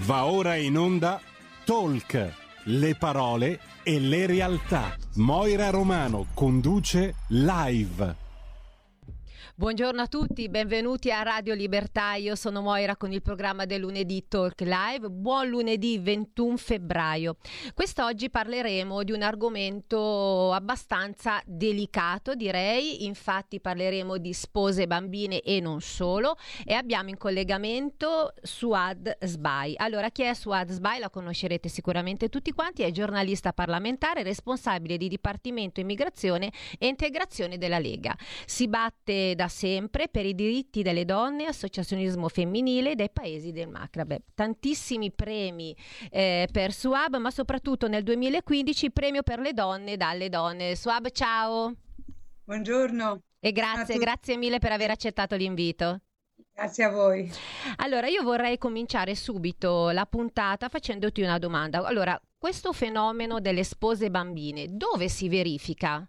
Va ora in onda Talk, le parole e le realtà. Moira Romano conduce Live. Buongiorno a tutti, benvenuti a Radio Libertà, io sono Moira con il programma del lunedì Talk Live. Buon lunedì 21 febbraio. Quest'oggi parleremo di un argomento abbastanza delicato, direi, infatti parleremo di spose bambine e non solo, e abbiamo in collegamento Suad Sbai. Allora, chi è Suad Sbai? La conoscerete sicuramente tutti quanti, è giornalista parlamentare, responsabile di Dipartimento Immigrazione e Integrazione della Lega. Si batte da sempre per i diritti delle donne, associazionismo femminile dei paesi del Maghreb. Tantissimi premi per Suad, ma soprattutto nel 2015 premio per le donne dalle donne. Suad, ciao. Buongiorno. E grazie mille per aver accettato l'invito. Grazie a voi. Allora, io vorrei cominciare subito la puntata facendoti una domanda. Allora, questo fenomeno delle spose bambine, dove si verifica?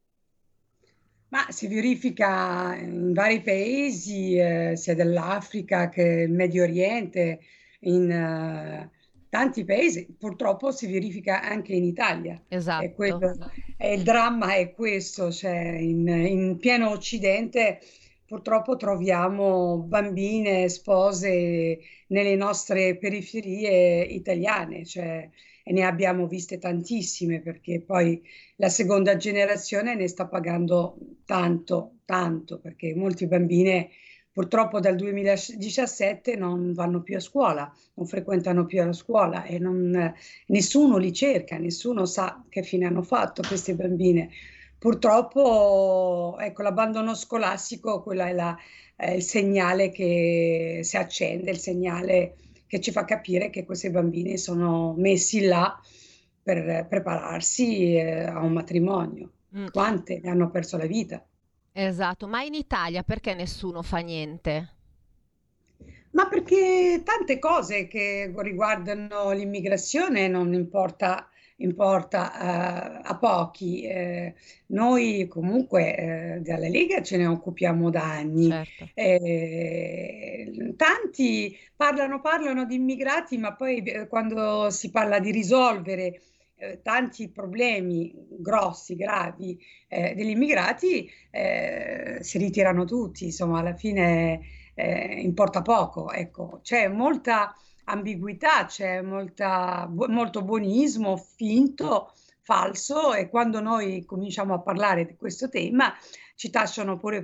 Ma si verifica in vari paesi, sia dell'Africa che il Medio Oriente, in tanti paesi. Purtroppo si verifica anche in Italia. Esatto. Il dramma è questo, cioè in pieno Occidente purtroppo troviamo bambine spose nelle nostre periferie italiane, cioè, e ne abbiamo viste tantissime, perché poi la seconda generazione ne sta pagando tanto, perché molte bambine purtroppo dal 2017 non vanno più a scuola, non frequentano più la scuola e nessuno li cerca, nessuno sa che fine hanno fatto queste bambine. Purtroppo, ecco, l'abbandono scolastico, quello è il segnale che si accende, il segnale che ci fa capire che questi bambini sono messi là per prepararsi a un matrimonio. Quante ne hanno perso la vita? Esatto, ma in Italia perché nessuno fa niente? Ma perché tante cose che riguardano l'immigrazione non importa a pochi. Noi comunque dalla Lega ce ne occupiamo da anni. Certo. Tanti parlano di immigrati, ma poi quando si parla di risolvere tanti problemi grossi, gravi degli immigrati, si ritirano tutti, insomma, alla fine importa poco. Ecco, c'è molta ambiguità, c'è molto buonismo finto, falso, e quando noi cominciamo a parlare di questo tema ci tacciano pure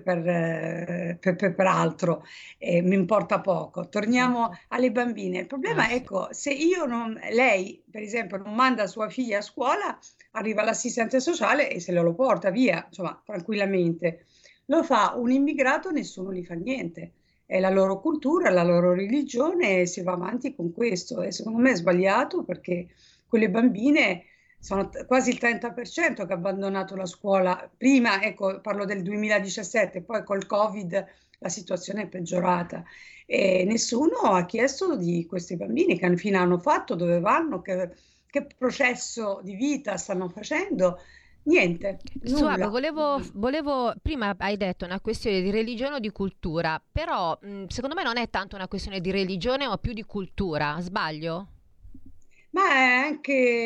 per altro, mi importa poco. Torniamo alle bambine. Il problema, ecco, se lei per esempio non manda sua figlia a scuola, arriva l'assistente sociale e se lo porta via, insomma, tranquillamente. Lo fa un immigrato, nessuno gli fa niente. È la loro cultura, la loro religione, e si va avanti con questo. E secondo me è sbagliato, perché quelle bambine sono quasi il 30% che ha abbandonato la scuola. Prima, ecco, parlo del 2017, poi col Covid la situazione è peggiorata e nessuno ha chiesto di questi bambini che fine hanno fatto, dove vanno, che processo di vita stanno facendo. Niente, nulla. Suab, volevo, prima hai detto una questione di religione o di cultura, però secondo me non è tanto una questione di religione, ma più di cultura, sbaglio? Ma è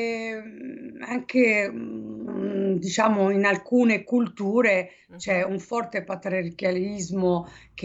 anche diciamo, in alcune culture c'è un forte patriarcalismo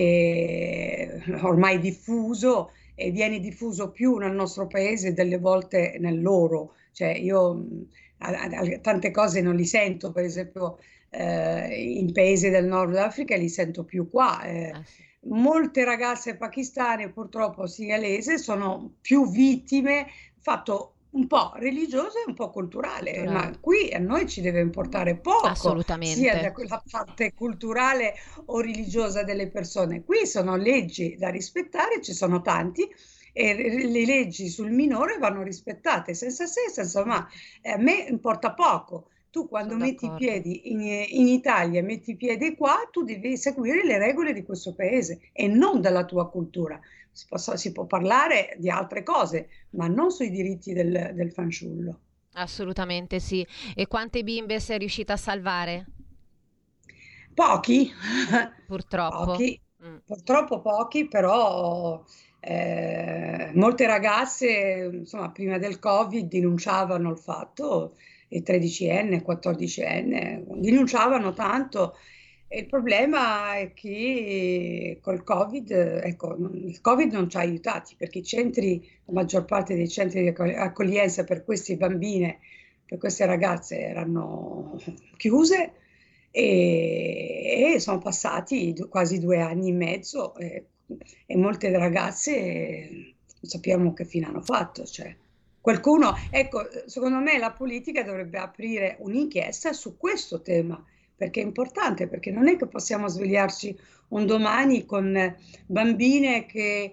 che è ormai diffuso e viene diffuso più nel nostro paese delle volte nel loro. Cioè io tante cose non li sento, per esempio in paesi del Nord Africa li sento più qua. Sì. Molte ragazze pakistane, purtroppo singalesi, sono più vittime, fatto un po' religioso e un po' culturale, ma qui a noi ci deve importare poco, sia da quella parte culturale o religiosa delle persone. Qui sono leggi da rispettare, ci sono tanti, e le leggi sul minore vanno rispettate senza se, senza ma. A me importa poco. Tu quando metti i piedi in Italia, metti i piedi qua, tu devi seguire le regole di questo paese e non della tua cultura. Si può parlare di altre cose, ma non sui diritti del fanciullo. Assolutamente sì. E quante bimbe sei riuscita a salvare? Pochi, Purtroppo. pochi, purtroppo pochi, però Molte ragazze, insomma, prima del Covid denunciavano il fatto, e 13enne, 14enne, denunciavano tanto. E il problema è che col Covid, ecco, il Covid non ci ha aiutati perché la maggior parte dei centri di accoglienza per queste bambine, per queste ragazze erano chiuse e sono passati quasi 2 anni e mezzo e molte ragazze non sappiamo che fine hanno fatto. Cioè, qualcuno, ecco, secondo me la politica dovrebbe aprire un'inchiesta su questo tema perché è importante, perché non è che possiamo svegliarci un domani con bambine che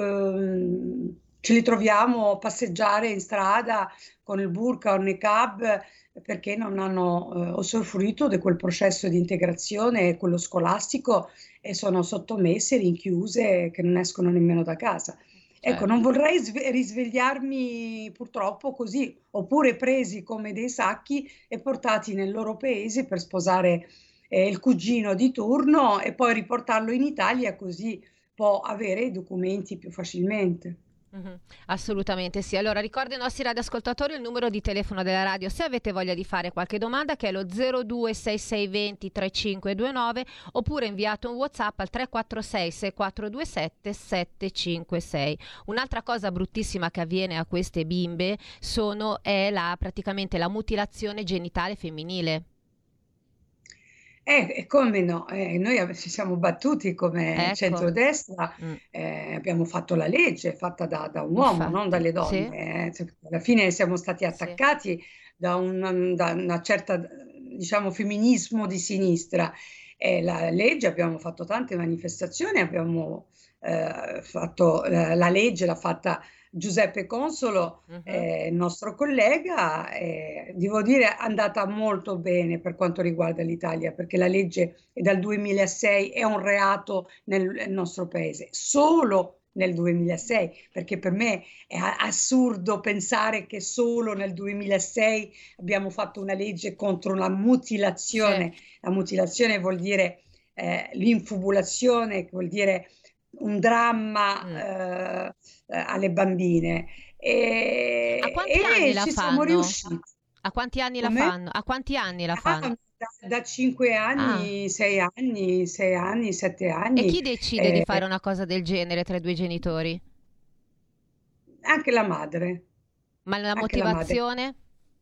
ce li troviamo a passeggiare in strada con il burqa o il niqab perché non hanno usufruito di quel processo di integrazione, quello scolastico, e sono sottomesse, rinchiuse, che non escono nemmeno da casa. Ecco, non vorrei risvegliarmi purtroppo così, oppure presi come dei sacchi e portati nel loro paese per sposare il cugino di turno e poi riportarlo in Italia così può avere i documenti più facilmente. Assolutamente sì. Allora ricordo ai nostri radioascoltatori il numero di telefono della radio se avete voglia di fare qualche domanda, che è lo 026620 3529, oppure inviate un WhatsApp al 346 6427 756. Un'altra cosa bruttissima che avviene a queste bimbe è praticamente la mutilazione genitale femminile. Come no, noi ci siamo battuti come centrodestra, abbiamo fatto la legge fatta da un uomo, non dalle donne. Sì. Alla fine siamo stati attaccati da una certa, diciamo, femminismo di sinistra. La legge, abbiamo fatto tante manifestazioni, abbiamo fatto la legge, l'ha fatta Giuseppe Consolo, il nostro collega, devo dire è andata molto bene per quanto riguarda l'Italia, perché la legge è dal 2006, è un reato nel nostro paese, solo nel 2006, perché per me è assurdo pensare che solo nel 2006 abbiamo fatto una legge contro la mutilazione. Sì. La mutilazione vuol dire l'infibulazione, vuol dire un dramma alle bambine. A quanti anni la fanno? Siamo riusciti. A quanti anni la fanno? A quanti anni la fanno? Da 5 anni, 6 anni, 6 anni, 7 anni. E chi decide di fare una cosa del genere tra i due genitori? Anche la madre. Ma la motivazione?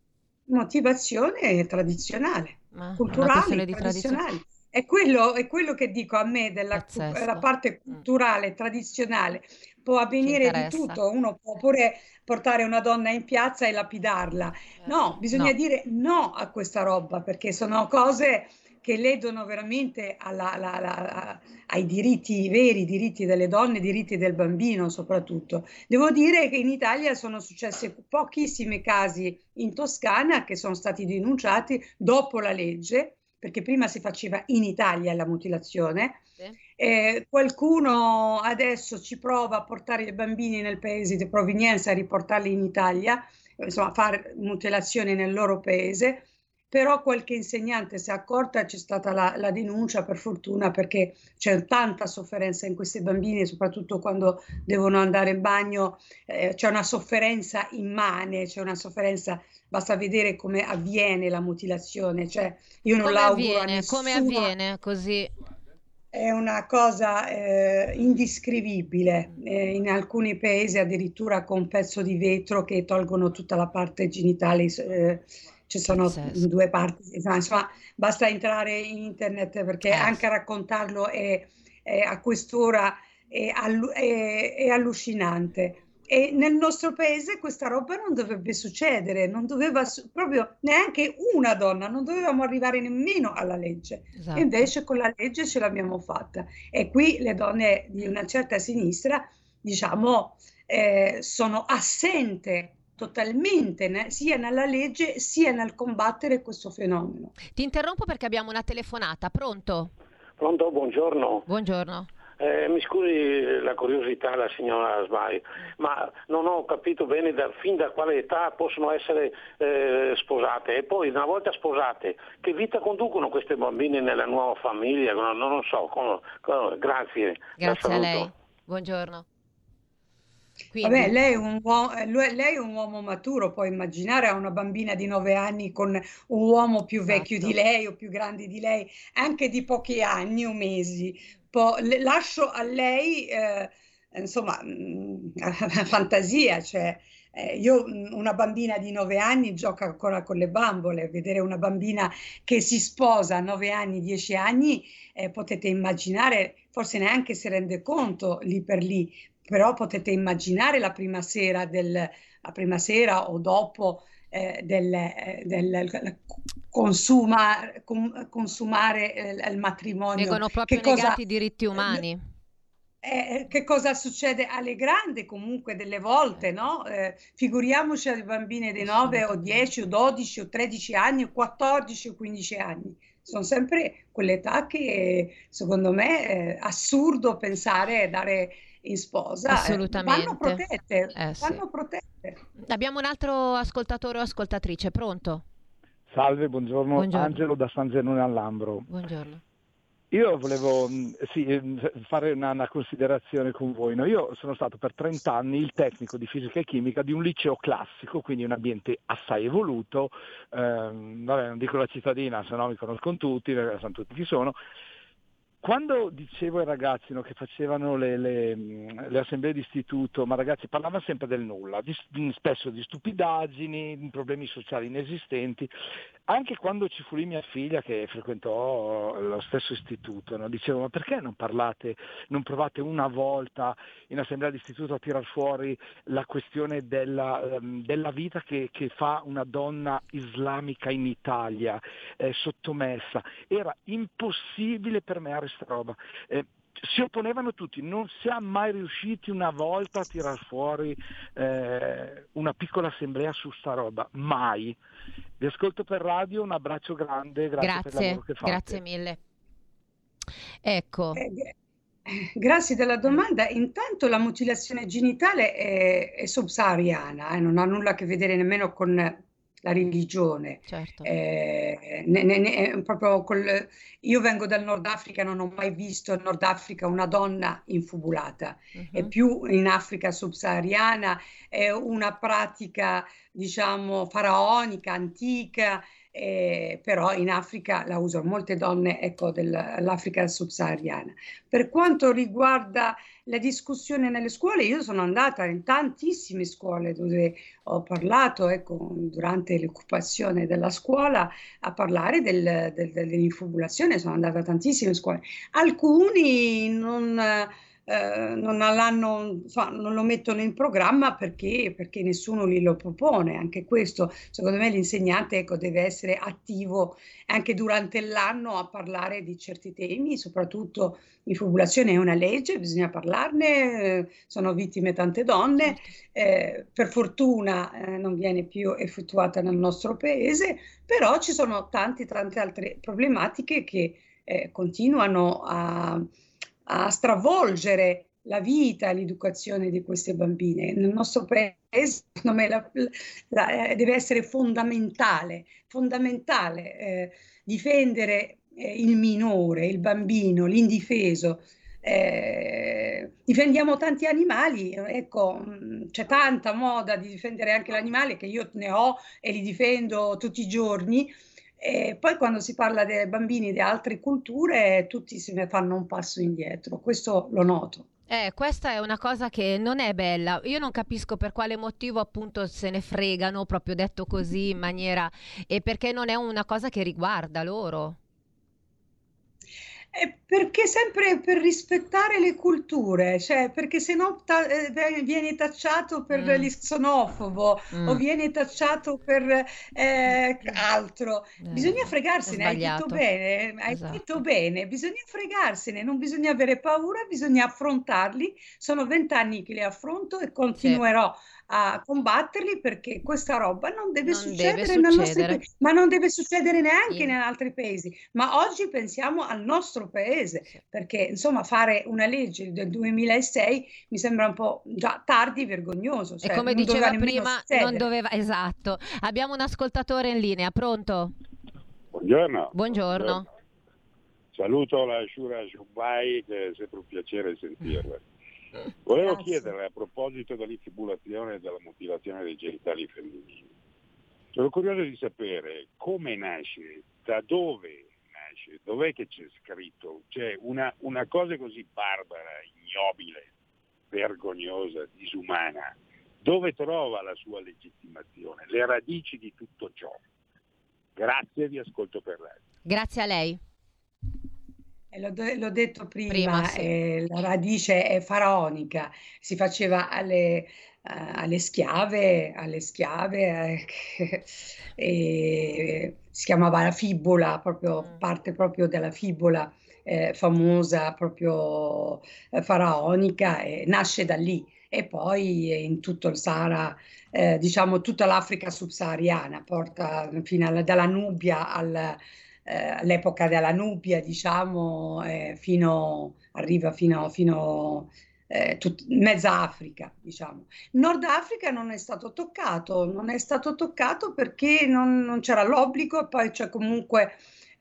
Motivazione tradizionale, culturale, tradizionale. È quello che dico a me della parte culturale, tradizionale. Può avvenire di tutto, uno può pure portare una donna in piazza e lapidarla. No, bisogna dire no a questa roba, perché sono cose che ledono veramente ai diritti, veri diritti delle donne, diritti del bambino soprattutto. Devo dire che in Italia sono successi pochissimi casi in Toscana che sono stati denunciati dopo la legge, perché prima si faceva in Italia la mutilazione. Qualcuno adesso ci prova a portare i bambini nel paese di provenienza, a riportarli in Italia, insomma a fare mutilazioni nel loro paese, però qualche insegnante si è accorta, c'è stata la denuncia per fortuna, perché c'è tanta sofferenza in questi bambini, soprattutto quando devono andare in bagno, c'è una sofferenza immane, c'è una sofferenza, basta vedere come avviene la mutilazione, cioè io non l'auguro a nessuno. Come avviene così? È una cosa indescrivibile, in alcuni paesi addirittura con un pezzo di vetro che tolgono tutta la parte genitale, ci sono due parti, insomma basta entrare in internet perché anche raccontarlo a quest'ora è allucinante. E nel nostro paese questa roba non dovrebbe succedere, non doveva proprio neanche una donna, non dovevamo arrivare nemmeno alla legge. Esatto. E invece con la legge ce l'abbiamo fatta. E qui le donne di una certa sinistra, diciamo, sono assenti totalmente sia nella legge sia nel combattere questo fenomeno. Ti interrompo perché abbiamo una telefonata. Pronto? Pronto, buongiorno. Buongiorno. Mi scusi la curiosità, la signora Sbai, ma non ho capito bene fin da quale età possono essere sposate, e poi una volta sposate che vita conducono queste bambine nella nuova famiglia? Non lo so. Grazie. Grazie a lei. Buongiorno. Quindi, Vabbè, lei è un uomo maturo, può immaginare a una bambina di 9 anni con un uomo più vecchio di esatto. lei o più grande di lei, anche di pochi anni o mesi. Lascio a lei, insomma, la fantasia, cioè io, una bambina di 9 anni gioca ancora con le bambole, vedere una bambina che si sposa a 9 anni, 10 anni, potete immaginare, forse neanche si rende conto lì per lì, però potete immaginare la prima sera o dopo del consumare il matrimonio, vengono proprio che cosa, negati i diritti umani. che cosa succede alle grandi comunque delle volte, Certo, no? Figuriamoci alle bambine di 9 o 10 o assolutamente. 12 o 13 anni o 14 o 15 anni. Sono sempre quell'età che secondo me è assurdo pensare dare in sposa. Vanno Assolutamente. protette, Sì. vanno protette. Abbiamo un altro ascoltatore o ascoltatrice, pronto? Salve, buongiorno, Buongiorno. Angelo da San Zenone al Lambro. Buongiorno. Io volevo fare una considerazione con voi. No? Io sono stato per 30 anni il tecnico di fisica e chimica di un liceo classico, quindi un ambiente assai evoluto. Vabbè, non dico la cittadina, se no mi conoscono tutti, perché sanno tutti chi sono. Quando dicevo ai ragazzi, no, che facevano le assemblee di istituto, ma ragazzi parlavano sempre del nulla, spesso di stupidaggini, di problemi sociali inesistenti. Anche quando ci fu lì mia figlia che frequentò lo stesso istituto, no, dicevo: ma perché non provate una volta in assemblea di istituto a tirar fuori la questione della vita che fa una donna islamica in Italia, sottomessa? Era impossibile permeare sta roba. Si opponevano tutti, non siamo mai riusciti una volta a tirar fuori una piccola assemblea su sta roba, mai. Vi ascolto per radio, un abbraccio grande, grazie per il lavoro che fate. Grazie mille. Ecco, Grazie della domanda. Intanto la mutilazione genitale è subsahariana, non ha nulla a che vedere nemmeno con la religione. certo. Proprio io vengo dal Nord Africa, non ho mai visto in Nord Africa una donna infubulata, è più in Africa subsahariana, è una pratica, diciamo, faraonica, antica. Però in Africa la usano molte donne, ecco, dell'Africa subsahariana. Per quanto riguarda la discussione nelle scuole, io sono andata in tantissime scuole dove ho parlato, ecco, durante l'occupazione della scuola, a parlare dell'infibulazione. Sono andata a tantissime scuole. Alcuni non lo mettono in programma perché nessuno lo propone. Anche questo, secondo me, l'insegnante, ecco, deve essere attivo anche durante l'anno a parlare di certi temi, soprattutto l'infibulazione è una legge, bisogna parlarne, sono vittime tante donne, per fortuna non viene più effettuata nel nostro paese, però ci sono tante altre problematiche che continuano a stravolgere la vita e l'educazione di queste bambine. Nel nostro paese, secondo me, deve essere fondamentale difendere il minore, il bambino, l'indifeso. Difendiamo tanti animali, ecco, c'è tanta moda di difendere anche l'animale, che io ne ho e li difendo tutti i giorni. E poi quando si parla dei bambini di altre culture, tutti se ne fanno un passo indietro, questo lo noto. Questa è una cosa che non è bella. Io non capisco per quale motivo appunto se ne fregano, proprio detto così in maniera, e perché non è una cosa che riguarda loro. Perché sempre per rispettare le culture, cioè perché se no vieni tacciato per xenofobo o Mm, viene tacciato per altro. Bisogna è fregarsene, sbagliato. hai detto Esatto. bene, bisogna fregarsene, non bisogna avere paura, bisogna affrontarli. Sono 20 anni che li affronto e Sì, continuerò a combatterli perché questa roba non deve non deve succedere nel nostro succedere. paese, ma non deve succedere neanche in In- altri paesi. Ma oggi pensiamo al nostro paese, sì. perché insomma fare una legge del 2006 mi sembra un po' già tardi, vergognoso, E cioè come non doveva diceva nemmeno prima, non succedere. doveva, esatto. Abbiamo un ascoltatore in linea, pronto? Buongiorno. Buongiorno. Saluto la Shura Shubai, che è sempre un piacere sentirla. Volevo Grazie. chiedere, a proposito dell'infibulazione e della mutilazione dei genitali femminili, sono curioso di sapere come nasce, da dove nasce, dov'è che c'è scritto, cioè una cosa così barbara, ignobile, vergognosa, disumana, dove trova la sua legittimazione, le radici di tutto ciò. Grazie, vi ascolto per lei. Grazie a lei. L'ho detto prima, Sì. la radice è faraonica, si faceva alle schiave, si chiamava la fibola, proprio parte proprio della fibola famosa, proprio faraonica, e nasce da lì. E poi in tutto il Sahara, diciamo tutta l'Africa subsahariana, porta fino dalla Nubia all'epoca della Nubia, diciamo, arriva fino mezza Africa, diciamo. Nord Africa non è stato toccato perché non c'era l'obbligo, e poi c'è comunque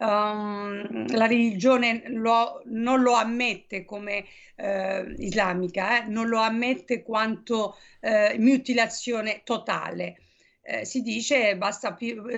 la religione non lo ammette come islamica, non lo ammette quanto mutilazione totale. Si dice basta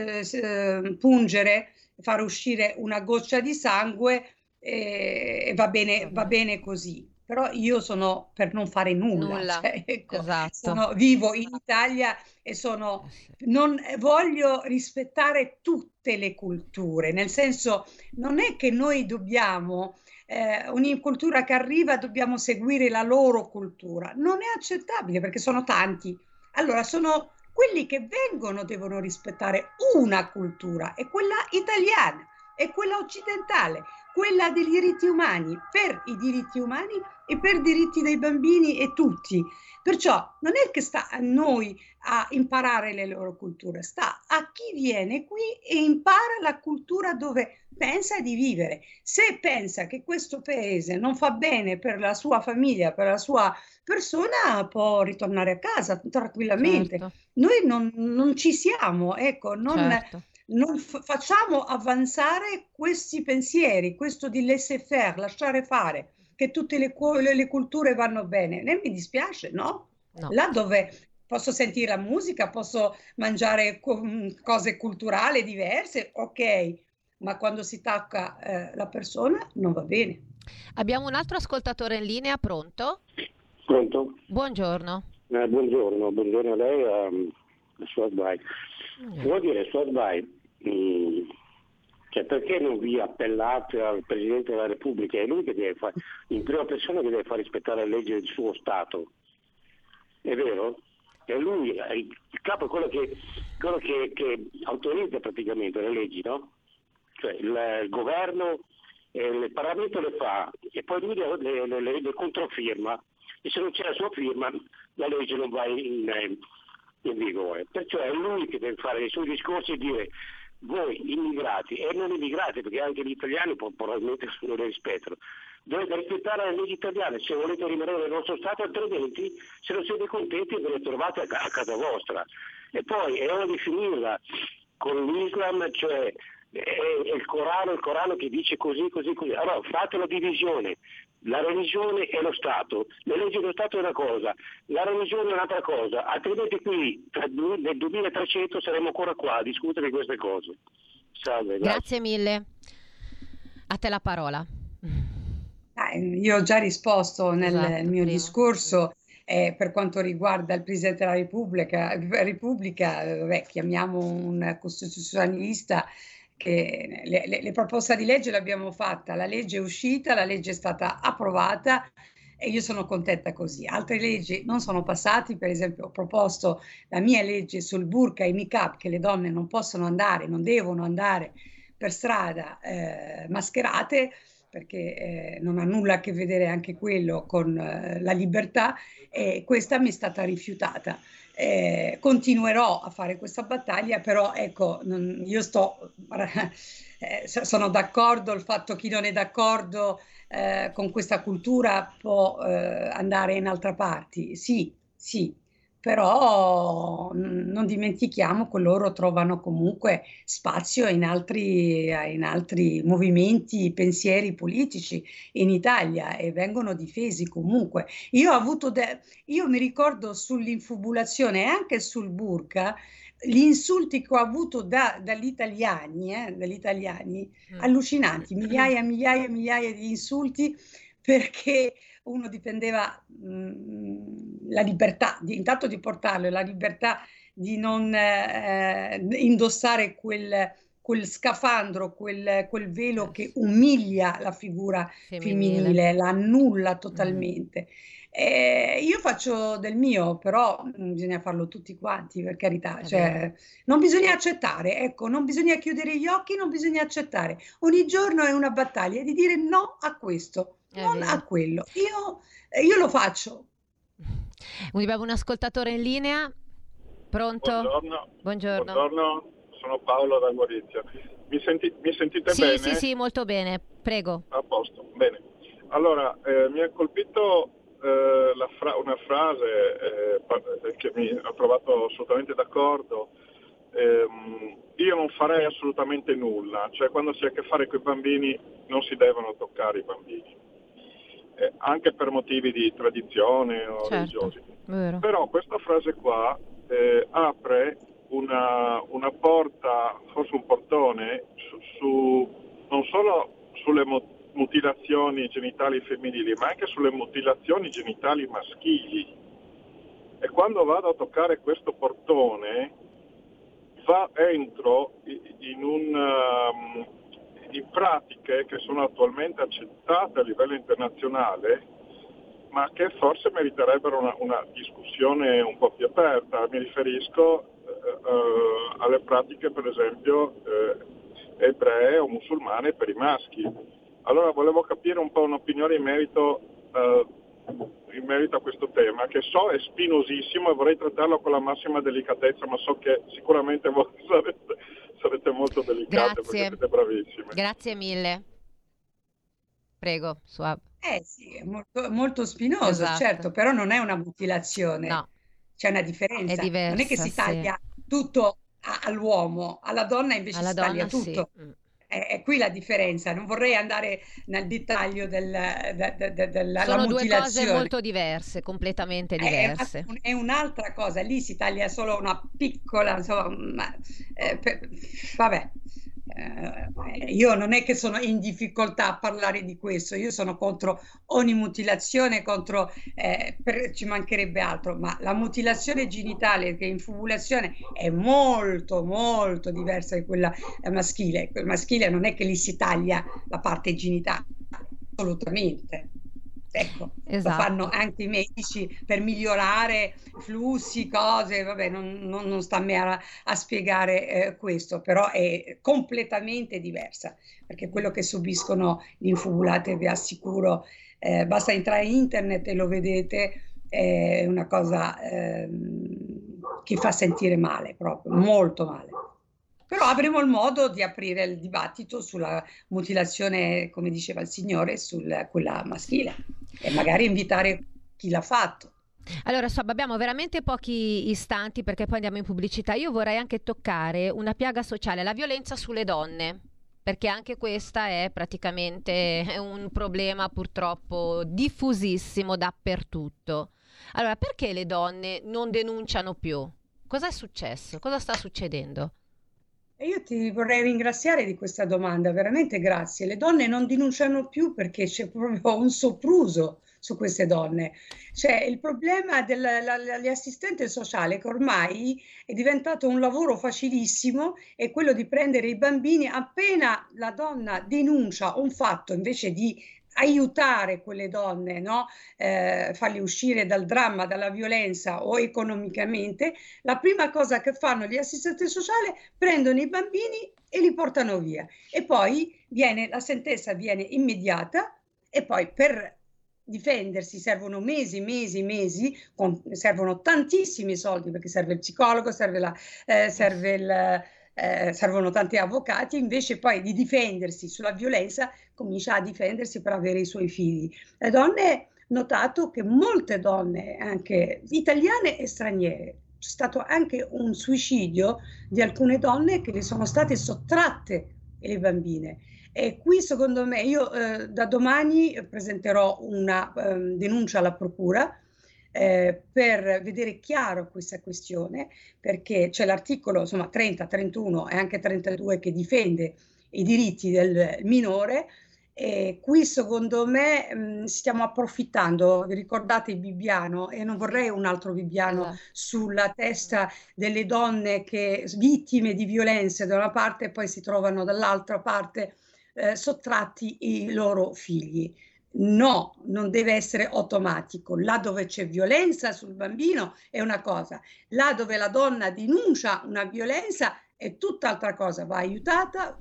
pungere, far uscire una goccia di sangue e va bene così. Però io sono per non fare nulla. Cioè, ecco, Esatto. vivo in Italia e non voglio rispettare tutte le culture, nel senso, non è che noi dobbiamo ogni cultura che arriva dobbiamo seguire la loro cultura, non è accettabile perché sono tanti. Allora sono quelli che vengono devono rispettare una cultura, è quella italiana, è quella occidentale, quella dei diritti umani, per i diritti umani e per i diritti dei bambini e tutti. Perciò non è che sta a noi a imparare le loro culture, sta a chi viene qui e impara la cultura dove pensa di vivere. Se pensa che questo paese non fa bene per la sua famiglia, per la sua persona, può ritornare a casa tranquillamente. Certo. Noi non ci siamo, ecco, Certo. non facciamo avanzare questi pensieri, questo di laisser-faire, lasciare fare, che tutte le culture vanno bene. A me mi dispiace, no? Là dove posso sentire la musica, posso mangiare cose culturali diverse, ok, ma quando si tocca la persona non va bene. Abbiamo un altro ascoltatore in linea, pronto? Pronto? Buongiorno. Buongiorno a lei, a Suadbai. Vuol dire, Suadbai, cioè perché non vi appellate al Presidente della Repubblica? È lui che deve fare, in prima persona, che deve far rispettare le leggi del suo Stato. È vero? È lui, il capo è quello che autorizza praticamente le leggi, no? Cioè il governo, il Parlamento le fa e poi lui le controfirma, e se non c'è la sua firma la legge non va in vigore. Perciò è lui che deve fare i suoi discorsi e dire: voi immigrati e non immigrati, perché anche gli italiani probabilmente non le rispettano, dovete rispettare le leggi italiane se volete rimanere nel vostro Stato, altrimenti se non siete contenti ve le trovate a casa vostra. E poi è ora di finirla con l'Islam, cioè è il Corano che dice così. Allora fate la divisione, la religione e lo Stato, le leggi dello Stato è una cosa, la religione è un'altra cosa, altrimenti qui nel 2300 saremo ancora qua a discutere di queste cose. Salve, grazie mille. A te la parola. Io ho già risposto nel mio prima. discorso. Per quanto riguarda il Presidente della Repubblica, chiamiamo un costituzionalista, che le proposte di legge l'abbiamo fatta, la legge è uscita, la legge è stata approvata e io sono contenta così. Altre leggi non sono passate, per esempio ho proposto la mia legge sul burqa e niqab, che le donne non possono andare, non devono andare per strada mascherate, perché non ha nulla a che vedere anche quello con la libertà, e questa mi è stata rifiutata. Continuerò a fare questa battaglia, però ecco, io sono d'accordo, il fatto chi non è d'accordo con questa cultura può andare in altre parti, sì, però non dimentichiamo che loro trovano comunque spazio in altri movimenti, pensieri politici in Italia e vengono difesi comunque. Io mi ricordo sull'infibulazione e anche sul burqa, gli insulti che ho avuto dagli italiani allucinanti, migliaia e migliaia e migliaia di insulti, perché uno difendeva la libertà, intanto di portarlo, la libertà di non indossare quel scafandro, quel velo che umilia la figura femminile, la annulla totalmente. Io faccio del mio, però bisogna farlo tutti quanti, per carità, cioè, non bisogna accettare, ecco, non bisogna chiudere gli occhi, non bisogna accettare. Ogni giorno è una battaglia di dire no a questo, non a quello. Io lo faccio. Abbiamo un ascoltatore in linea. Pronto? Buongiorno. Sono Paolo da Gorizia. Mi sentite bene? Sì, molto bene, prego. A posto, bene. Allora, mi ha colpito una frase che mi ha trovato assolutamente d'accordo. Io non farei assolutamente nulla, cioè quando si ha a che fare con i bambini non si devono toccare i bambini, anche per motivi di tradizione o religiosi. Vero. Però questa frase qua apre una porta, forse un portone, non solo sulle mutilazioni genitali femminili, ma anche sulle mutilazioni genitali maschili. E quando vado a toccare questo portone entro in pratiche che sono attualmente accettate a livello internazionale, ma che forse meriterebbero una discussione un po' più aperta. Mi riferisco alle pratiche, per esempio, ebree o musulmane per i maschi. Allora volevo capire un po' un'opinione in merito a questo tema, che so è spinosissimo e vorrei trattarlo con la massima delicatezza, ma so che sicuramente voi sarete molto delicate. Perché siete bravissime. Grazie mille. Prego, Suab. Sì, è molto, molto spinoso, esatto. Certo, però non è una mutilazione. No. C'è una differenza. È diversa, non è che si taglia tutto all'uomo, alla donna invece si taglia tutto. Sì. È qui la differenza, non vorrei andare nel dettaglio della Sono mutilazione. Due cose molto diverse, completamente diverse. È un'altra cosa, lì si taglia solo una piccola, insomma, vabbè. Io non è che sono in difficoltà a parlare di questo, io sono contro ogni mutilazione, ci mancherebbe altro, ma la mutilazione genitale, che è infibulazione, è molto molto diversa di quella maschile. Quel maschile non è che lì si taglia la parte genitale, assolutamente. Ecco, esatto. Lo fanno anche i medici per migliorare flussi, cose, vabbè, non sta a me a spiegare questo, però è completamente diversa, perché quello che subiscono gli infibulati, vi assicuro, basta entrare in internet e lo vedete, è una cosa che fa sentire male, proprio, molto male. Però avremo il modo di aprire il dibattito sulla mutilazione, come diceva il Signore, quella maschile, e magari invitare chi l'ha fatto. Allora, abbiamo veramente pochi istanti perché poi andiamo in pubblicità. Io vorrei anche toccare una piaga sociale, la violenza sulle donne, perché anche questa è praticamente un problema purtroppo diffusissimo dappertutto. Allora, perché le donne non denunciano più? Cosa è successo? Cosa sta succedendo? E io ti vorrei ringraziare di questa domanda, veramente grazie. Le donne non denunciano più perché c'è proprio un sopruso su queste donne. Cioè, il problema degli assistenti sociali, che ormai è diventato un lavoro facilissimo, è quello di prendere i bambini appena la donna denuncia un fatto, invece di aiutare quelle donne, no? Farli uscire dal dramma, dalla violenza o economicamente, la prima cosa che fanno gli assistenti sociali, prendono i bambini e li portano via, e poi la sentenza viene immediata, e poi per difendersi servono mesi, servono tantissimi soldi, perché serve il psicologo, servono tanti avvocati. Invece poi di difendersi sulla violenza comincia a difendersi per avere i suoi figli. Le donne notato che molte donne, anche italiane e straniere, c'è stato anche un suicidio di alcune donne che le sono state sottratte le bambine. E qui secondo me, io da domani presenterò una denuncia alla procura per vedere chiaro questa questione, perché c'è l'articolo 30, 31 e anche 32 che difende i diritti del minore. E qui secondo me stiamo approfittando, vi ricordate il Bibbiano, e non vorrei un altro Bibbiano sulla testa delle donne che vittime di violenze da una parte e poi si trovano dall'altra parte sottratti i loro figli. No, non deve essere automatico. Là dove c'è violenza sul bambino è una cosa, là dove la donna denuncia una violenza è tutt'altra cosa, va aiutata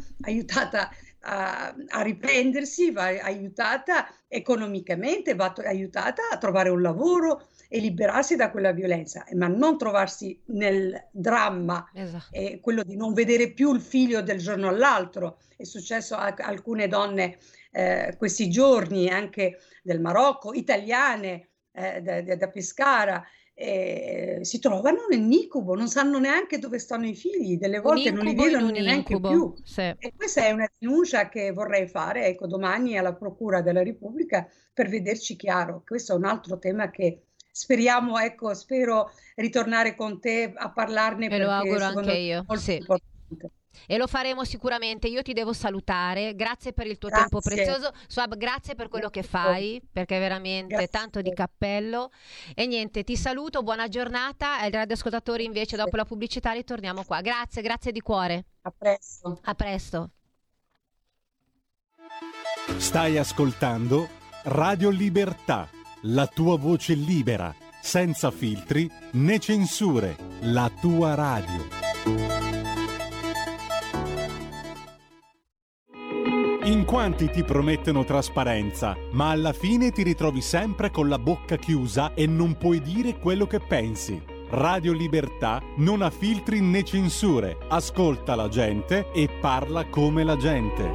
a riprendersi, va aiutata economicamente, va aiutata a trovare un lavoro e liberarsi da quella violenza, ma non trovarsi nel dramma, quello di non vedere più il figlio del giorno all'altro. È successo a alcune donne questi giorni, anche del Marocco, italiane da Pescara, si trovano nell'incubo, non sanno neanche dove stanno i figli, delle volte non li vedono neanche più. Sì. E questa è una denuncia che vorrei fare, ecco, domani alla Procura della Repubblica per vederci chiaro. Questo è un altro tema che speriamo, ecco, spero ritornare con te a parlarne. Me lo auguro anche io. Molto importante. E lo faremo sicuramente. Io ti devo salutare, grazie per il tuo tempo prezioso, Suab, grazie per quello che fai, perché è veramente tanto di cappello. E niente, ti saluto, buona giornata. Ai radioascoltatori invece dopo la pubblicità ritorniamo qua. Grazie di cuore. A presto. A presto. Stai ascoltando Radio Libertà, la tua voce libera, senza filtri né censure, la tua radio. In quanti ti promettono trasparenza, ma alla fine ti ritrovi sempre con la bocca chiusa e non puoi dire quello che pensi. Radio Libertà non ha filtri né censure, ascolta la gente e parla come la gente.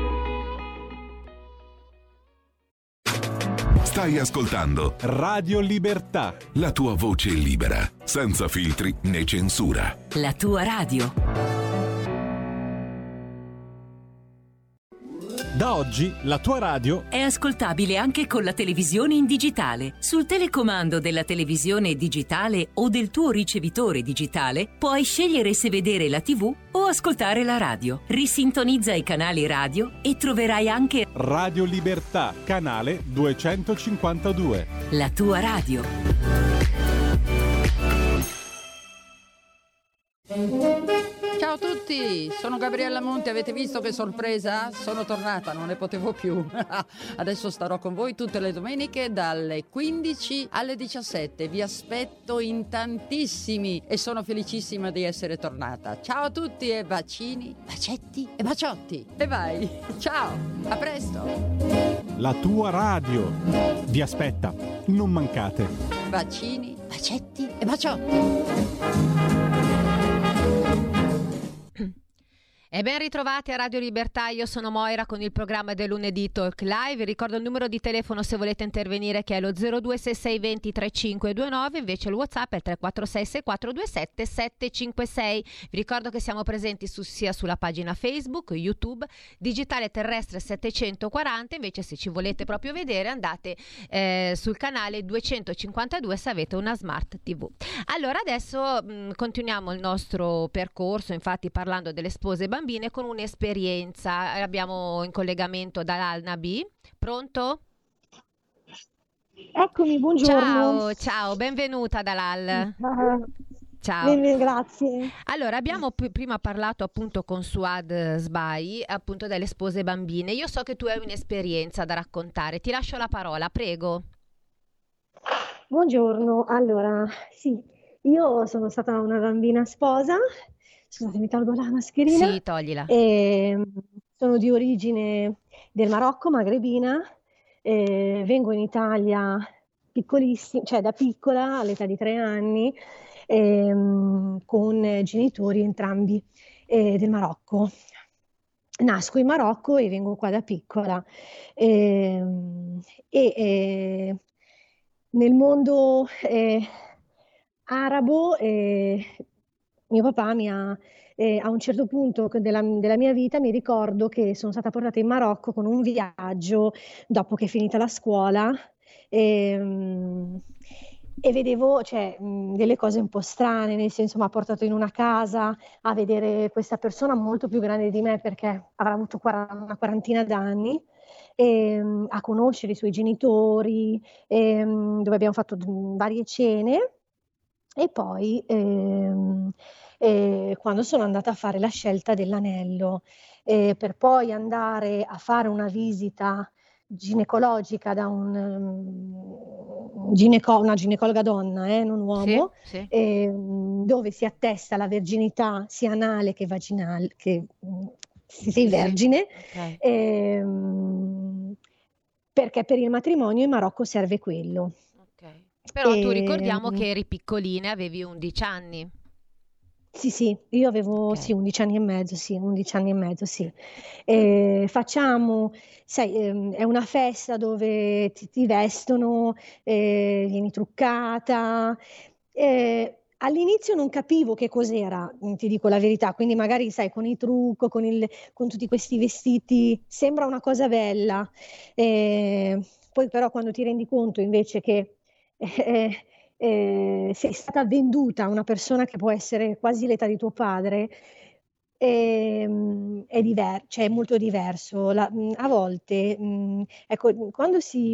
Stai ascoltando Radio Libertà, la tua voce libera, senza filtri né censura. La tua radio. Da oggi la tua radio è ascoltabile anche con la televisione in digitale. Sul telecomando della televisione digitale o del tuo ricevitore digitale puoi scegliere se vedere la TV o ascoltare la radio. Risintonizza i canali radio e troverai anche Radio Libertà, canale 252. La tua radio. Ciao a tutti, sono Gabriella Monti, avete visto che sorpresa? Sono tornata, non ne potevo più. Adesso starò con voi tutte le domeniche dalle 15 alle 17. Vi aspetto in tantissimi e sono felicissima di essere tornata. Ciao a tutti e bacini, bacetti e baciotti. E vai, ciao, a presto. La tua radio vi aspetta, non mancate. Bacini, bacetti e baciotti. E ben ritrovati a Radio Libertà, io sono Moira con il programma del lunedì Talk Live. Vi ricordo il numero di telefono se volete intervenire, che è lo 026620 3529, invece il WhatsApp è il 346 6427 756. Vi ricordo che siamo presenti sia sulla pagina Facebook, YouTube, Digitale Terrestre 740, invece se ci volete proprio vedere andate sul canale 252 se avete una Smart TV. Allora adesso continuiamo il nostro percorso, infatti parlando delle spose bambine con un'esperienza. Abbiamo in collegamento Dalal Nabi. Pronto? Eccomi, buongiorno. Ciao, benvenuta Dalal. Ciao. Grazie. Allora, abbiamo prima parlato appunto con Suad Sbai, appunto delle spose bambine. Io so che tu hai un'esperienza da raccontare. Ti lascio la parola, prego. Buongiorno. Allora, sì, io sono stata una bambina sposa. Scusate, mi tolgo la mascherina. Sì, toglila. Sono di origine del Marocco, magrebina. Vengo in Italia piccolissima, cioè da piccola, all'età di 3 anni, con genitori entrambi del Marocco. nasco in Marocco e vengo qua da piccola. Nel mondo arabo, mio papà a un certo punto della mia vita mi ricordo che sono stata portata in Marocco con un viaggio dopo che è finita la scuola. E vedevo, cioè, delle cose un po' strane, nel senso mi ha portato in una casa a vedere questa persona molto più grande di me, perché avrà avuto una quarantina d'anni, a conoscere i suoi genitori, dove abbiamo fatto varie cene. E poi quando sono andata a fare la scelta dell'anello, per poi andare a fare una visita ginecologica da una ginecologa donna, non uomo, Sì. dove si attesta la verginità sia anale che vaginale, che sei vergine, Okay. perché per il matrimonio in Marocco serve quello. Okay. Però tu ricordiamo che eri piccolina, avevi 11 anni. Sì, io avevo Okay. 11 anni e mezzo, sì. Facciamo, sai, è una festa dove ti vestono, vieni truccata. All'inizio non capivo che cos'era, ti dico la verità, quindi magari, sai, con il trucco, con tutti questi vestiti, sembra una cosa bella. Poi però quando ti rendi conto invece che sei stata venduta a una persona che può essere quasi l'età di tuo padre, cioè è molto diverso. A volte, ecco, quando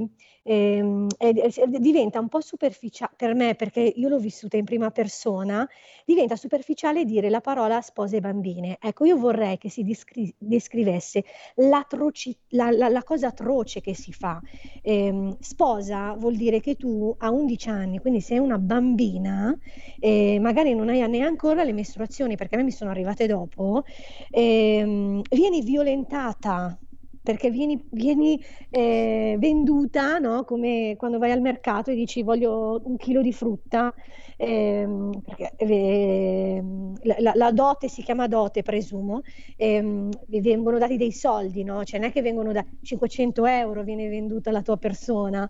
diventa un po' superficiale per me, perché io l'ho vissuta in prima persona, diventa superficiale dire la parola spose e bambine. Ecco, io vorrei che si descrivesse la cosa atroce che si fa. Sposa vuol dire che tu a 11 anni, quindi sei una bambina, magari non hai neanche ancora le mestruazioni, perché a me mi sono arrivate dopo, vieni violentata, perché vieni venduta, no? Come quando vai al mercato e dici voglio 1 chilo di frutta, perché la dote si chiama dote, presumo, vi vengono dati dei soldi, no? Cioè non è che vengono da 500 euro, viene venduta la tua persona.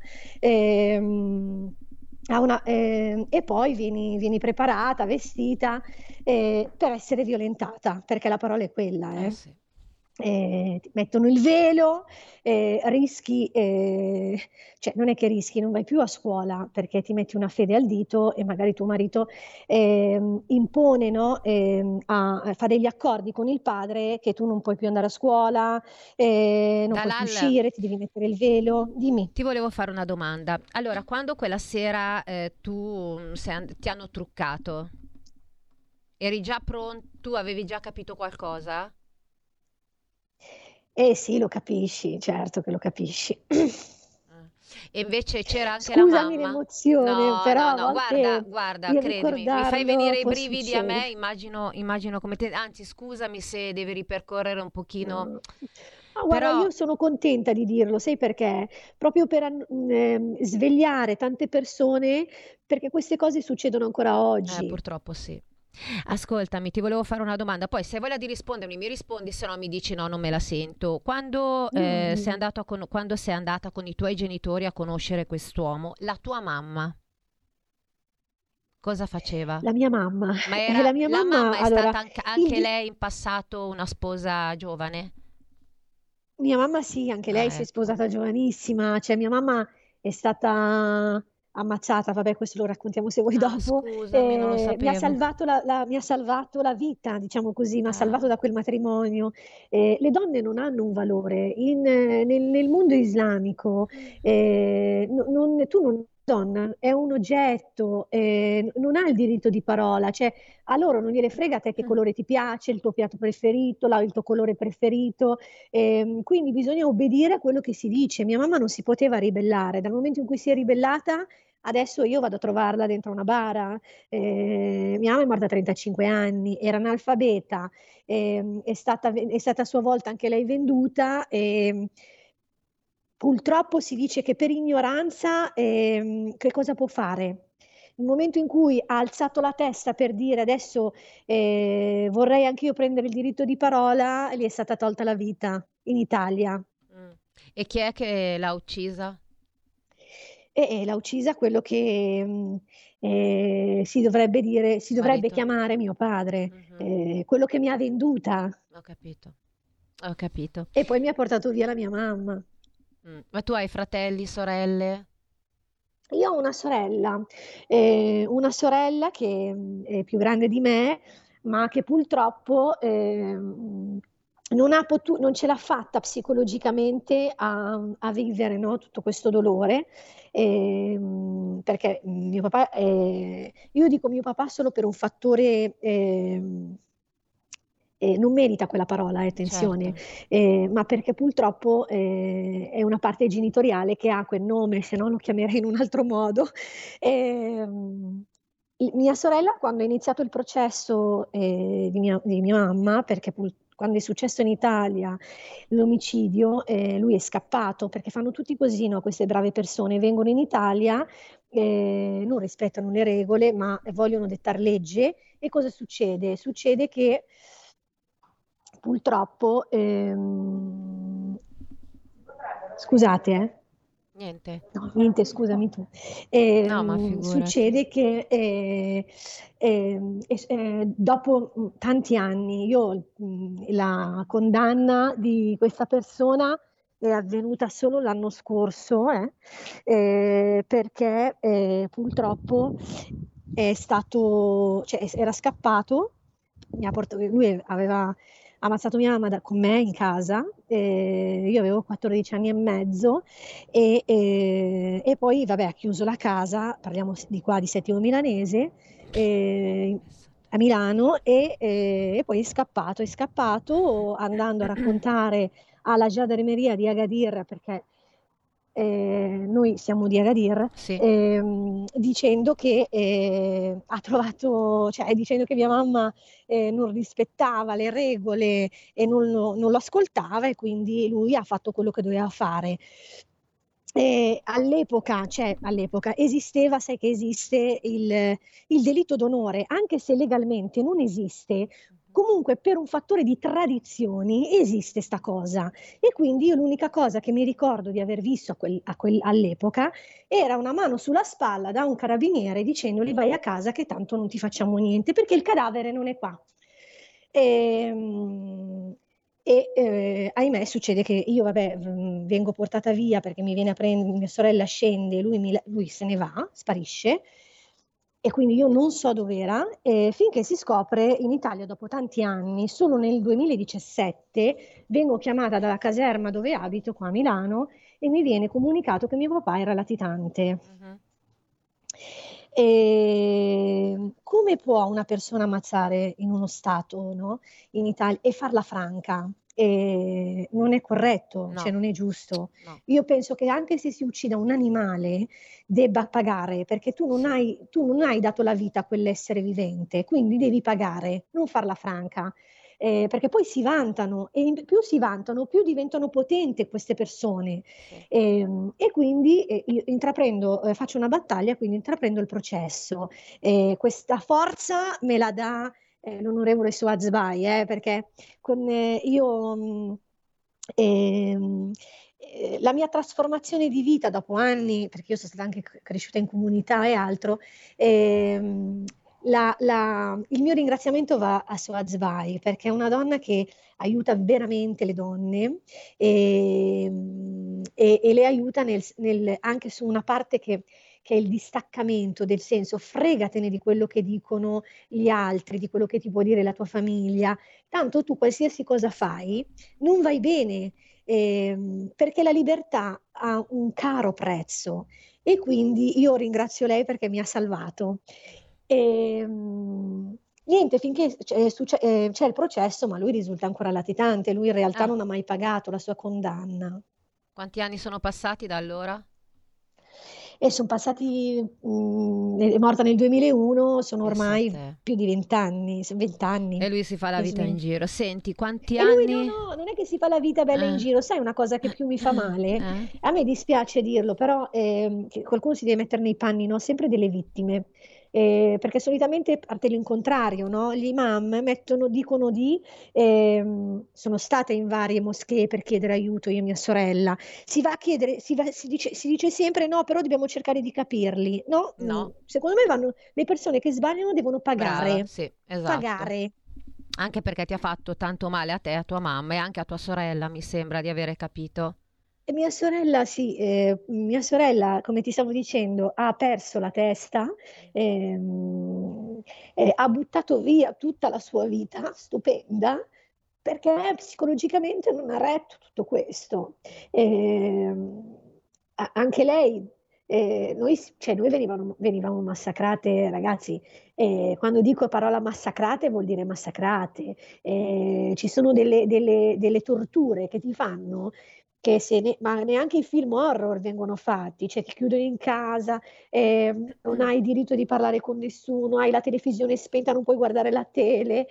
E poi vieni preparata, vestita, per essere violentata, perché la parola è quella. Sì. Ti mettono il velo, rischi, cioè non è che rischi, non vai più a scuola perché ti metti una fede al dito e magari tuo marito impone, no, fa degli accordi con il padre che tu non puoi più andare a scuola, non puoi più Dalal, uscire, ti devi mettere il velo. Dimmi. ti volevo fare una domanda. Allora, quando quella sera ti hanno truccato, eri già pronto? Tu avevi già capito qualcosa? Sì, lo capisci, certo che lo capisci. E invece c'era anche la Scusami mamma? l'emozione, però a No, volte guarda, il credimi, mi fai ricordarlo venire i può brividi a me, succedere. immagino come te, anzi scusami se devi ripercorrere un pochino, No. Ma guarda, però io sono contenta di dirlo, sai perché? Proprio per svegliare tante persone, perché queste cose succedono ancora oggi. purtroppo sì. Ascoltami, ti volevo fare una domanda, poi se hai voglia di rispondermi mi rispondi, se no mi dici no, non me la sento. Quando sei Dimmi. quando sei andata con i tuoi genitori a conoscere quest'uomo, la tua mamma cosa faceva? La mia mamma, Ma era, la mia la mamma mamma, è allora, stata il anche di- lei in passato una sposa giovane? mia mamma sì, anche lei si è Ecco. sposata giovanissima, cioè mia mamma è stata ammazzata, vabbè, questo lo raccontiamo se vuoi Ah, dopo. scusami, non lo Mi ha sapevo. salvato mi ha salvato la vita, diciamo così, mi ha Ah, salvato da quel matrimonio. Le donne non hanno un valore. Nel mondo islamico, tu non donna, è un oggetto, non ha il diritto di parola, cioè a loro non gliene frega a te che colore ti piace, il tuo piatto preferito, il tuo colore preferito. Quindi bisogna obbedire a quello che si dice. Mia mamma non si poteva ribellare, dal momento in cui si è ribellata, adesso io vado a trovarla dentro una bara. Mia mamma è morta a 35 anni, era analfabeta, è stata a sua volta anche lei venduta. Purtroppo si dice che per ignoranza che cosa può fare? il momento in cui ha alzato la testa per dire adesso vorrei anch'io prendere il diritto di parola, gli è stata tolta la vita in Italia. E chi è che l'ha uccisa? E l'ha uccisa quello che si dovrebbe chiamare mio padre, quello che mi ha venduta. Ho capito. E poi mi ha portato via la mia mamma. Ma tu hai fratelli, sorelle? Io ho una sorella che è più grande di me, ma che purtroppo non ce l'ha fatta psicologicamente a vivere, no, tutto questo dolore, perché mio papà, io dico mio papà solo per un fattore, non merita quella parola, attenzione, ma perché purtroppo è una parte genitoriale che ha quel nome, se no lo chiamerei in un altro modo. Mia sorella, quando è iniziato il processo di mia mamma, perché quando è successo in Italia l'omicidio, lui è scappato, perché fanno tutti così, no? Queste brave persone vengono in Italia, non rispettano le regole, ma vogliono dettare legge. E cosa succede? Succede che purtroppo, scusate, Niente, scusami tu. No, ma figurati. Succede che dopo tanti anni, la condanna di questa persona è avvenuta solo l'anno scorso, perché purtroppo è stato, cioè, era scappato, lui aveva ammazzato mia mamma con me in casa, io avevo 14 anni e mezzo e poi vabbè ha chiuso la casa, parliamo di qua di Settimo Milanese, a Milano e poi è scappato andando a raccontare alla Gendarmeria di Agadir, perché noi siamo di Agadir, dicendo che ha trovato, cioè dicendo che mia mamma non rispettava le regole e non lo ascoltava, e quindi lui ha fatto quello che doveva fare. All'epoca esisteva, sai che esiste il delitto d'onore, anche se legalmente non esiste. Comunque per un fattore di tradizioni esiste sta cosa, e quindi io l'unica cosa che mi ricordo di aver visto all'epoca era una mano sulla spalla da un carabiniere dicendogli vai a casa che tanto non ti facciamo niente perché il cadavere non è qua. Ahimè succede che io vengo portata via perché mi viene a prendere, mia sorella scende, lui se ne va, sparisce. E quindi io non so dov'era, finché si scopre in Italia dopo tanti anni, solo nel 2017 vengo chiamata dalla caserma dove abito qua a Milano e mi viene comunicato che mio papà era latitante. Come può una persona ammazzare in uno stato, no? In Italia, e farla franca? Non è corretto, No. cioè non è giusto. No. Io penso che anche se si uccida un animale debba pagare, perché tu non hai dato la vita a quell'essere vivente, quindi devi pagare, non farla franca. Perché poi si vantano e più si vantano più diventano potenti queste persone, e quindi io faccio una battaglia, quindi intraprendo il processo. Questa forza me la dà l'onorevole Souad Sbai, perché la mia trasformazione di vita dopo anni, perché io sono stata anche cresciuta in comunità e altro, il mio ringraziamento va a Souad Sbai, perché è una donna che aiuta veramente le donne e le aiuta anche su una parte che è il distaccamento, del senso fregatene di quello che dicono gli altri, di quello che ti può dire la tua famiglia, tanto tu qualsiasi cosa fai non vai bene, perché la libertà ha un caro prezzo, e quindi io ringrazio lei perché mi ha salvato. Niente, finché c'è il processo, ma lui risulta ancora latitante, lui in realtà non ha mai pagato la sua condanna. Quanti anni sono passati da allora? E sono passati, è morta nel 2001, sono ormai più di 20 anni, 20 anni. E lui si fa la vita in giro. Senti, quanti E lui anni? no, non è che si fa la vita bella in giro, sai una cosa che più mi fa male? A me dispiace dirlo, però che qualcuno si deve mettere nei panni, no? Sempre delle vittime. Perché solitamente parte l'incontrario, no? Gli imam dicono sono stata in varie moschee per chiedere aiuto io e mia sorella, si va a chiedere, si dice sempre no, però dobbiamo cercare di capirli, no? No. Secondo me le persone che sbagliano devono pagare. Brava, sì, esatto. Pagare. Anche perché ti ha fatto tanto male a te, a tua mamma e anche a tua sorella, mi sembra di avere capito. E mia sorella, sì, mia sorella, come ti stavo dicendo, ha perso la testa, ha buttato via tutta la sua vita stupenda perché psicologicamente non ha retto tutto questo. Anche lei, noi venivamo massacrate, ragazzi. Quando dico parola massacrate vuol dire massacrate. Ci sono delle torture che ti fanno ma neanche i film horror vengono fatti, cioè ti chiudono in casa, non hai diritto di parlare con nessuno, hai la televisione spenta, non puoi guardare la tele,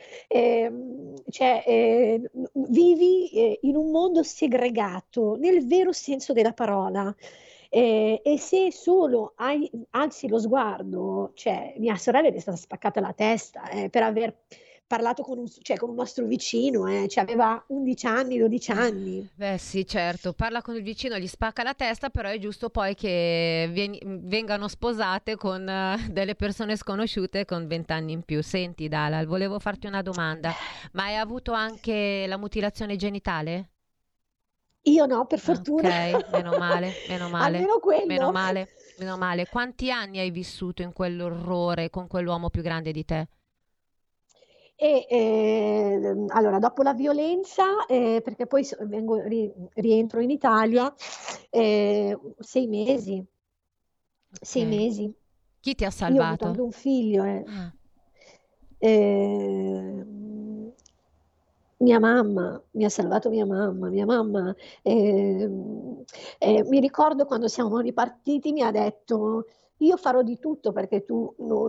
vivi in un mondo segregato nel vero senso della parola. E se solo alzi lo sguardo, cioè mia sorella è stata spaccata la testa per aver parlato con un nostro vicino, cioè aveva 11 anni, 12 anni. Beh sì, certo, parla con il vicino, gli spacca la testa, però è giusto poi che vengano sposate con delle persone sconosciute con 20 anni in più. Senti Dalal, volevo farti una domanda, ma hai avuto anche la mutilazione genitale? Io no, per fortuna. Ok, meno male. Almeno quello. Meno male. Quanti anni hai vissuto in quell'orrore con quell'uomo più grande di te? Allora, dopo la violenza, perché poi rientro in Italia, 6 mesi. 6 mesi. Chi ti ha Io ho salvato? avuto anche un figlio. Mia mamma, mi ha salvato mia mamma. Mia mamma, mi ricordo quando siamo ripartiti, mi ha detto: io farò di tutto perché tu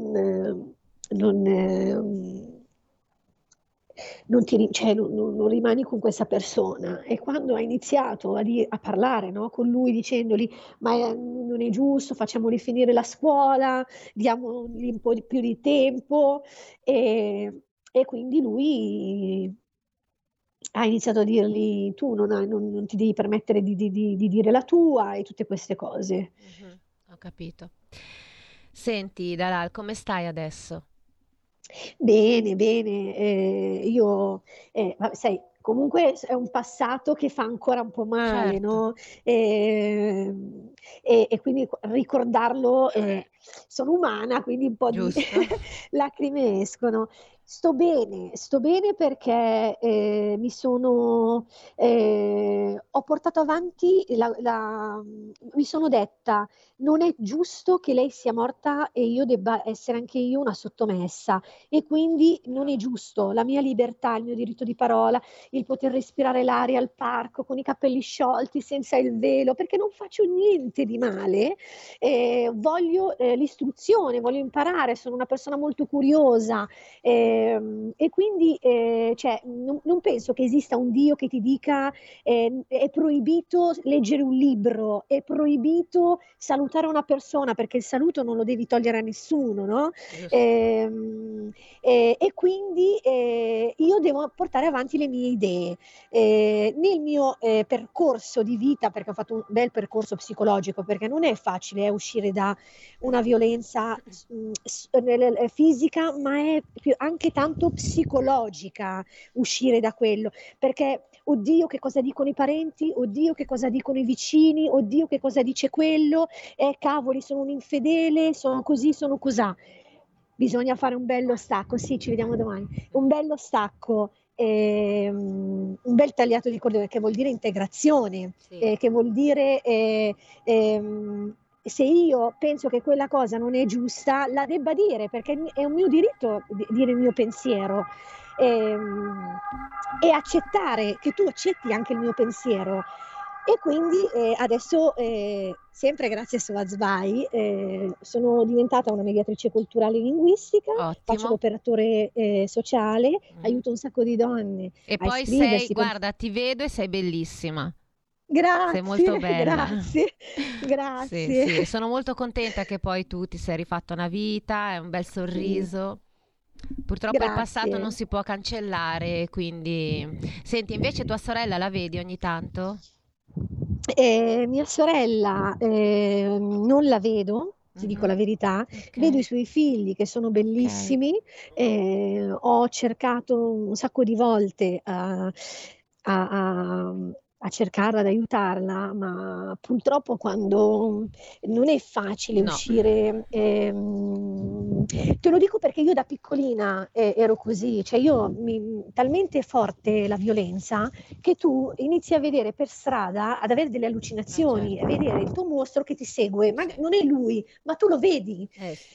non rimani con questa persona. E quando ha iniziato a parlare, no, con lui, dicendogli: ma non è giusto, facciamoli finire la scuola, diamogli un po' più di tempo, e quindi lui ha iniziato a dirgli: tu non ti devi permettere di dire la tua, e tutte queste cose. Ho capito. Senti Dalal, come stai adesso? Bene, io, sai, comunque è un passato che fa ancora un po' male, Certo. no? E quindi ricordarlo, sono umana, quindi un po' di Giusto. lacrime escono. Sto bene perché ho portato avanti, mi sono detta: non è giusto che lei sia morta e io debba essere anche io una sottomessa, e quindi non è giusto. La mia libertà, il mio diritto di parola, il poter respirare l'aria al parco con i capelli sciolti, senza il velo, perché non faccio niente di male, voglio l'istruzione, voglio imparare, sono una persona molto curiosa, e quindi non penso che esista un Dio che ti dica è proibito leggere un libro, è proibito salutare una persona, perché il saluto non lo devi togliere a nessuno, no? E quindi io devo portare avanti le mie idee. Nel mio percorso di vita, perché ho fatto un bel percorso psicologico, perché non è facile uscire da una violenza fisica, ma è anche tanto psicologica uscire da quello, perché oddio che cosa dicono i parenti, oddio che cosa dicono i vicini, oddio che cosa dice quello, cavoli, sono un infedele, sono così, sono cosà. Bisogna fare un bello stacco, sì, ci vediamo domani, un bello stacco, un bel tagliato di cordone, che vuol dire integrazione, Sì. che vuol dire se io penso che quella cosa non è giusta, la debba dire, perché è un mio diritto dire il mio pensiero, e accettare che tu accetti anche il mio pensiero. E quindi adesso, sempre grazie a Soazbai, sono diventata una mediatrice culturale e linguistica. Ottimo. Faccio l'operatore sociale, aiuto un sacco di donne E a poi iscriversi. guarda, ti vedo e sei bellissima. Grazie, Sei molto bella. grazie. Sì. Sono molto contenta che poi tu ti sei rifatta una vita, è un bel sorriso. Purtroppo il passato Grazie. non si può cancellare, quindi... Senti, invece tua sorella la vedi ogni tanto? Mia sorella non la vedo, ti dico la verità, Ok. vedo i suoi figli che sono bellissimi, ho cercato un sacco di volte a cercarla, ad aiutarla, ma purtroppo quando non è facile No. uscire, te lo dico perché io da piccolina ero così, cioè talmente forte la violenza che tu inizi a vedere per strada, ad avere delle allucinazioni, certo. a vedere il tuo mostro che ti segue, ma non è lui, ma tu lo vedi.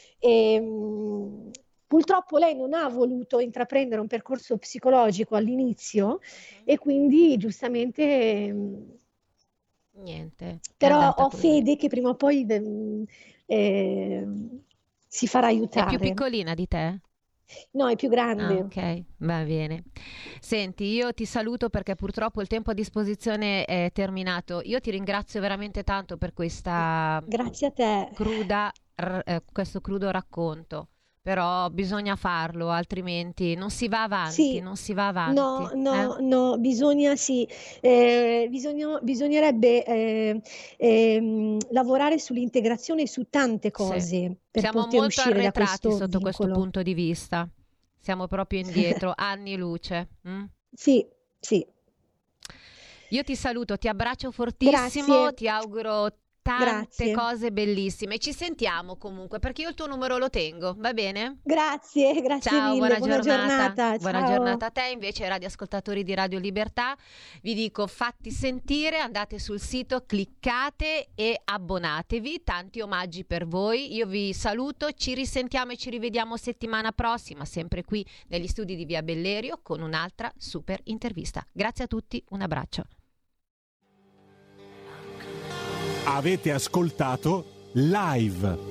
Purtroppo lei non ha voluto intraprendere un percorso psicologico all'inizio e quindi giustamente Niente. È però andata ho così. fede che prima o poi si farà È aiutare. più piccolina di te? No, è più grande. Ah, ok, va bene. Senti, io ti saluto perché purtroppo il tempo a disposizione è terminato. Io ti ringrazio veramente tanto per questa Grazie a te. questo crudo racconto. Però bisogna farlo, altrimenti non si va avanti, Sì. non si va avanti. No, bisognerebbe lavorare sull'integrazione su tante cose per Siamo poter molto uscire da arretrati questo sotto questo vincolo. punto di vista. Siamo proprio indietro, anni luce. Sì. Io ti saluto, ti abbraccio fortissimo, Grazie. ti auguro tante Grazie. cose bellissime. Ci sentiamo comunque perché io il tuo numero lo tengo, va bene? Grazie Ciao, mille, buona giornata. Buona Ciao. giornata a te. Invece, radioascoltatori di Radio Libertà, vi dico fatti sentire, andate sul sito, cliccate e abbonatevi. Tanti omaggi per voi. Io vi saluto, ci risentiamo e ci rivediamo settimana prossima, sempre qui negli studi di Via Bellerio con un'altra super intervista. Grazie a tutti, un abbraccio. Avete ascoltato Live.